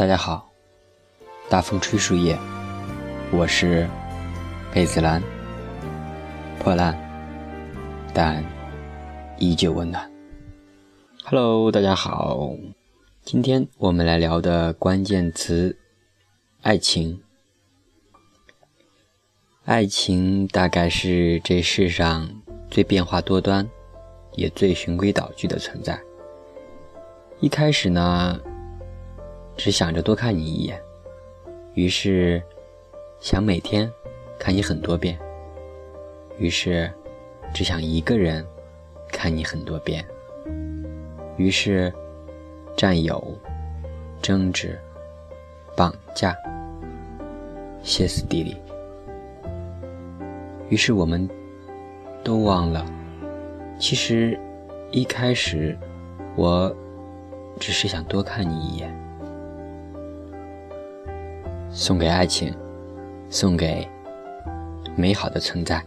大家好，大风吹树叶，我是贝子兰，破烂但依旧温暖。Hello， 大家好，今天我们来聊的关键词爱情。爱情大概是这世上最变化多端，也最循规蹈矩的存在。一开始呢，只想着多看你一眼，于是想每天看你很多遍，于是只想一个人看你很多遍，于是占有、争执、绑架、歇斯底里，于是我们都忘了，其实一开始我只是想多看你一眼。送给爱情，送给美好的存在。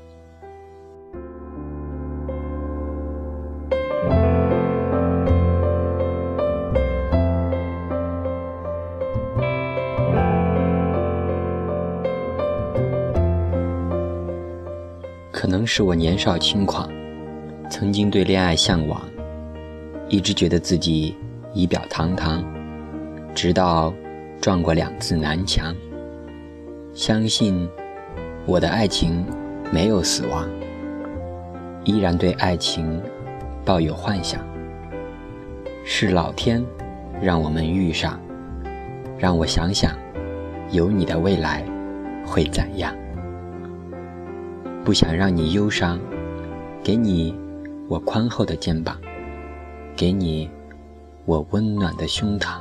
可能是我年少轻狂，曾经对恋爱向往，一直觉得自己仪表堂堂，直到撞过2次南墙，相信我的爱情没有死亡，依然对爱情抱有幻想。是老天让我们遇上，让我想想有你的未来会怎样。不想让你忧伤，给你我宽厚的肩膀，给你我温暖的胸膛，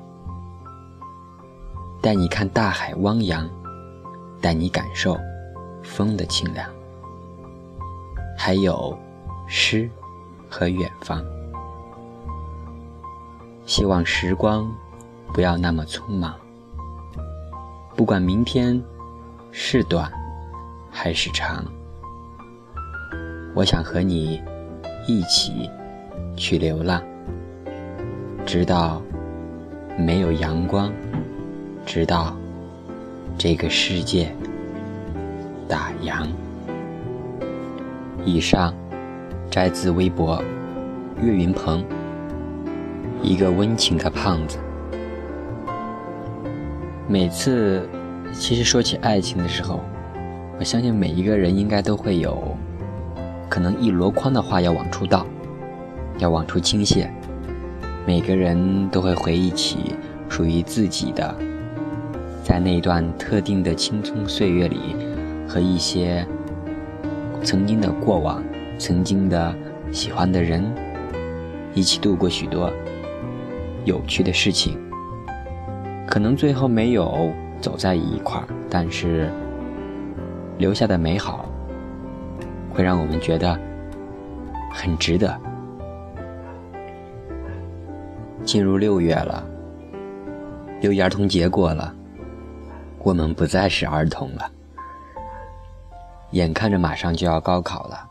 带你看大海汪洋，带你感受风的清凉，还有诗和远方。希望时光不要那么匆忙，不管明天是短还是长，我想和你一起去流浪，直到没有阳光，直到这个世界打烊。以上摘自微博岳云鹏，一个温情的胖子。每次其实说起爱情的时候，我相信每一个人应该都会有可能一箩筐的话要往出倒，要往出倾泻。每个人都会回忆起属于自己的在那段特定的青葱岁月里，和一些曾经的过往，曾经的喜欢的人，一起度过许多有趣的事情。可能最后没有走在一块儿，但是留下的美好会让我们觉得很值得。进入6月了，6一儿童节过了，我们不再是儿童了，眼看着马上就要高考了，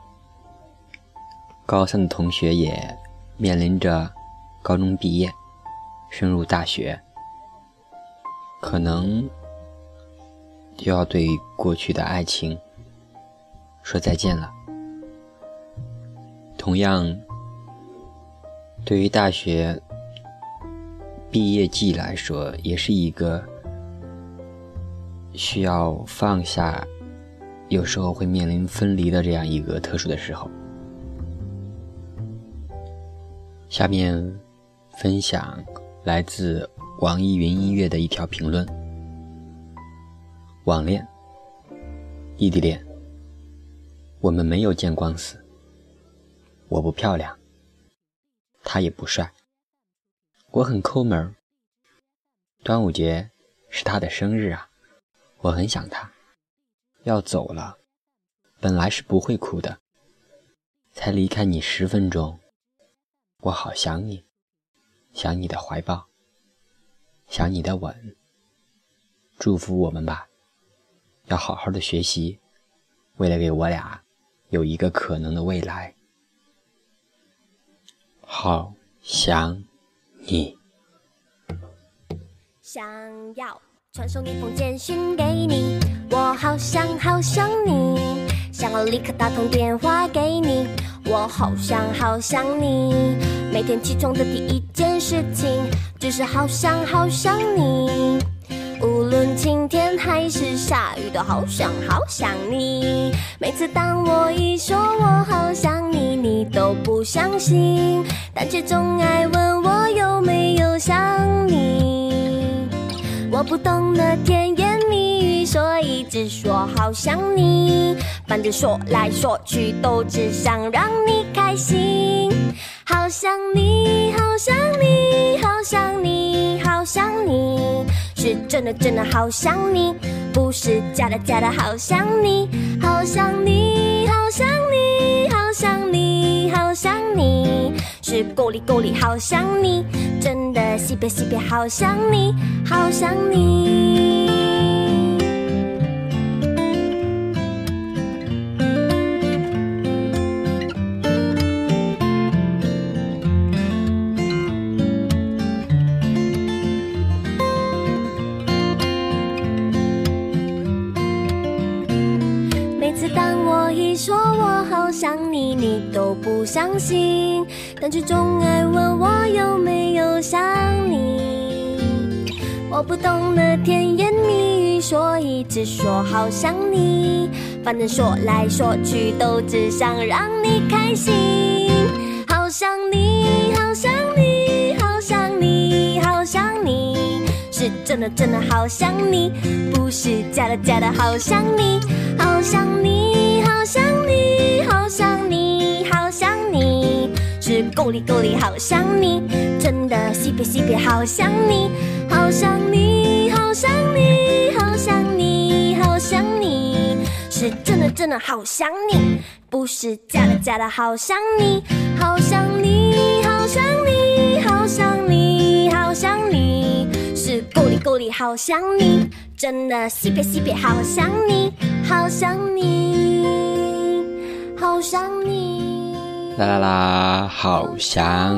高3的同学也面临着高中毕业，升入大学，可能就要对过去的爱情说再见了。同样，对于大学毕业季来说，也是一个需要放下，有时候会面临分离的这样一个特殊的时候。下面分享来自网易云音乐的一条评论：网恋，异地恋，我们没有见光死。我不漂亮，他也不帅，我很抠门。端午节是他的生日啊，我很想他。要走了，本来是不会哭的，才离开你10分钟，我好想你，想你的怀抱，想你的吻。祝福我们吧，要好好的学习，为了给我俩有一个可能的未来。好想你。 想要传送一封简讯给你，我好想好想你，想要立刻打通电话给你，我好想好想你，每天起床的第一件事情就是好想好想你，无论晴天还是下雨都好想好想你，每次当我一说我好想你，你都不相信，但却总爱问我有没有想你，我不懂得甜言蜜语，所以只说好想你，反正说来说去都只想让你开心，好想你好想你好想你好想你，是真的真的好想你，不是假的假的好想你，好想你好想你好想你好想你，是够力够力好想你，真的西北西北好想你好想你。当我一说我好想你，你都不相信，但却总爱问我有没有想你，我不懂得甜言蜜语，所以只说好想你，反正说来说去都只想让你开心，好想你好想你好想你好想你，是真的真的好想你，不是假的假的好想你，好想你好想你好想你好想你，是够力够力好想你，真的西北西北好想你，好想你好想你好想你好想你，是真的真的好想你，不是假的假的好想你，好想你好想你好想你好想你，是够力够力好想你，真的西北西北好想你好想你好想你， 啦啦啦，好想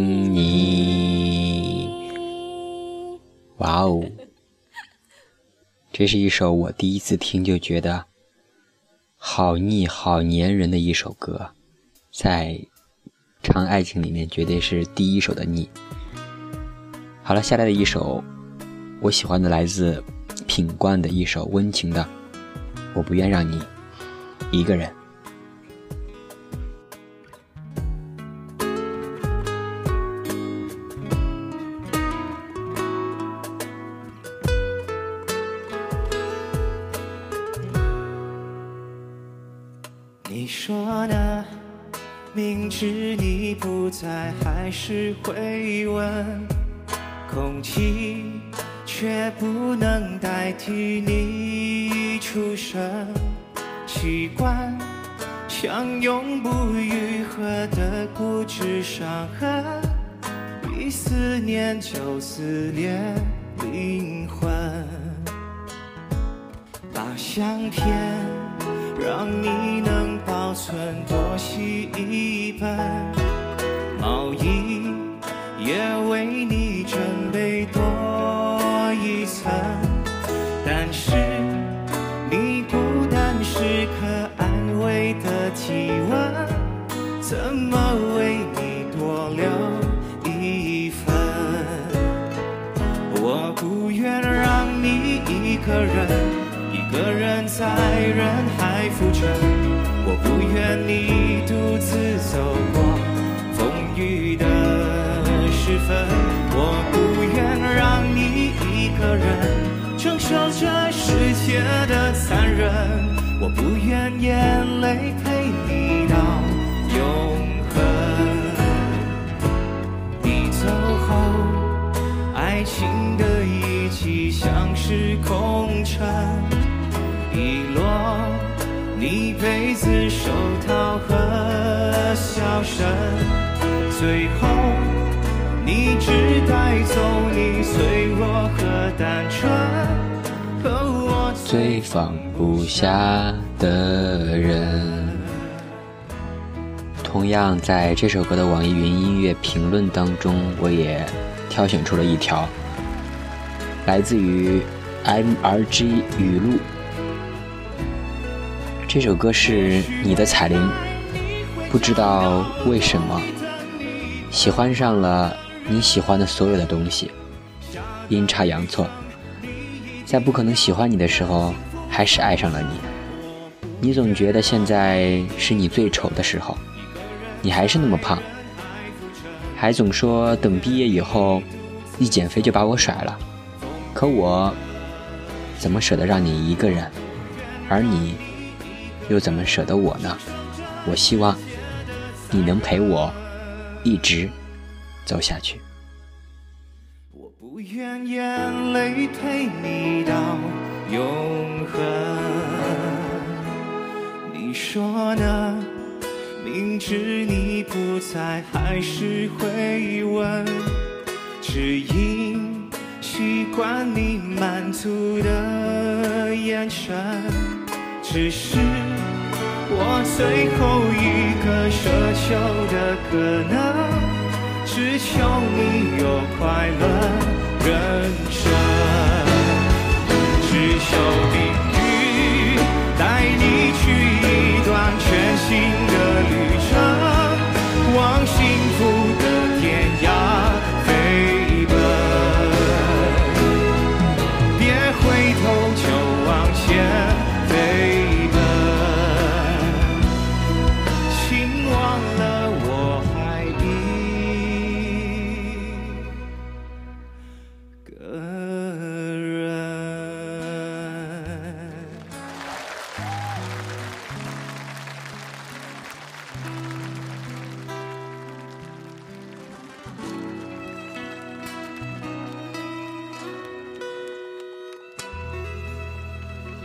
你！哇哦，这是一首我第一次听就觉得好腻好粘人的一首歌，在唱爱情里面绝对是第一首的腻。好了，下来的一首我喜欢的来自品冠的一首温情的我不愿让你一个人。 你说呢？明知你不在，还是会问。空气却不能代替你出声。习惯像永不愈合的固执伤痕，比思念就撕裂灵魂。把相片让你能保存多洗一本，毛衣也为你准备多一层，但是你不但是可安慰的体温，怎么为你多留一份？我不愿让你一个人在人海浮沉，我不愿你独自走过风雨的时分，我不愿让你一个人承受这世界的残忍，我不愿眼泪陪你到永恒。你走后，爱情的遗迹像是空城，遗落你杯子、手套和笑声，最后你只带走你脆弱和单纯，和我最放不下的人。同样在这首歌的网易云音乐评论当中，我也挑选出了一条， 来自于 MRG 语录。这首歌是你的彩铃，不知道为什么喜欢上了你喜欢的所有的东西，阴差阳错，在不可能喜欢你的时候还是爱上了你。你总觉得现在是你最丑的时候，你还是那么胖，还总说等毕业以后一减肥就把我甩了。可我怎么舍得让你一个人，而你又怎么舍得我呢？我希望你能陪我一直走下去。 我不愿眼泪陪你到永恒，你说呢？明知你不在，还是会问，只因习惯你满足的眼神，只是我最后一个奢求的可能，只求你有快乐人生。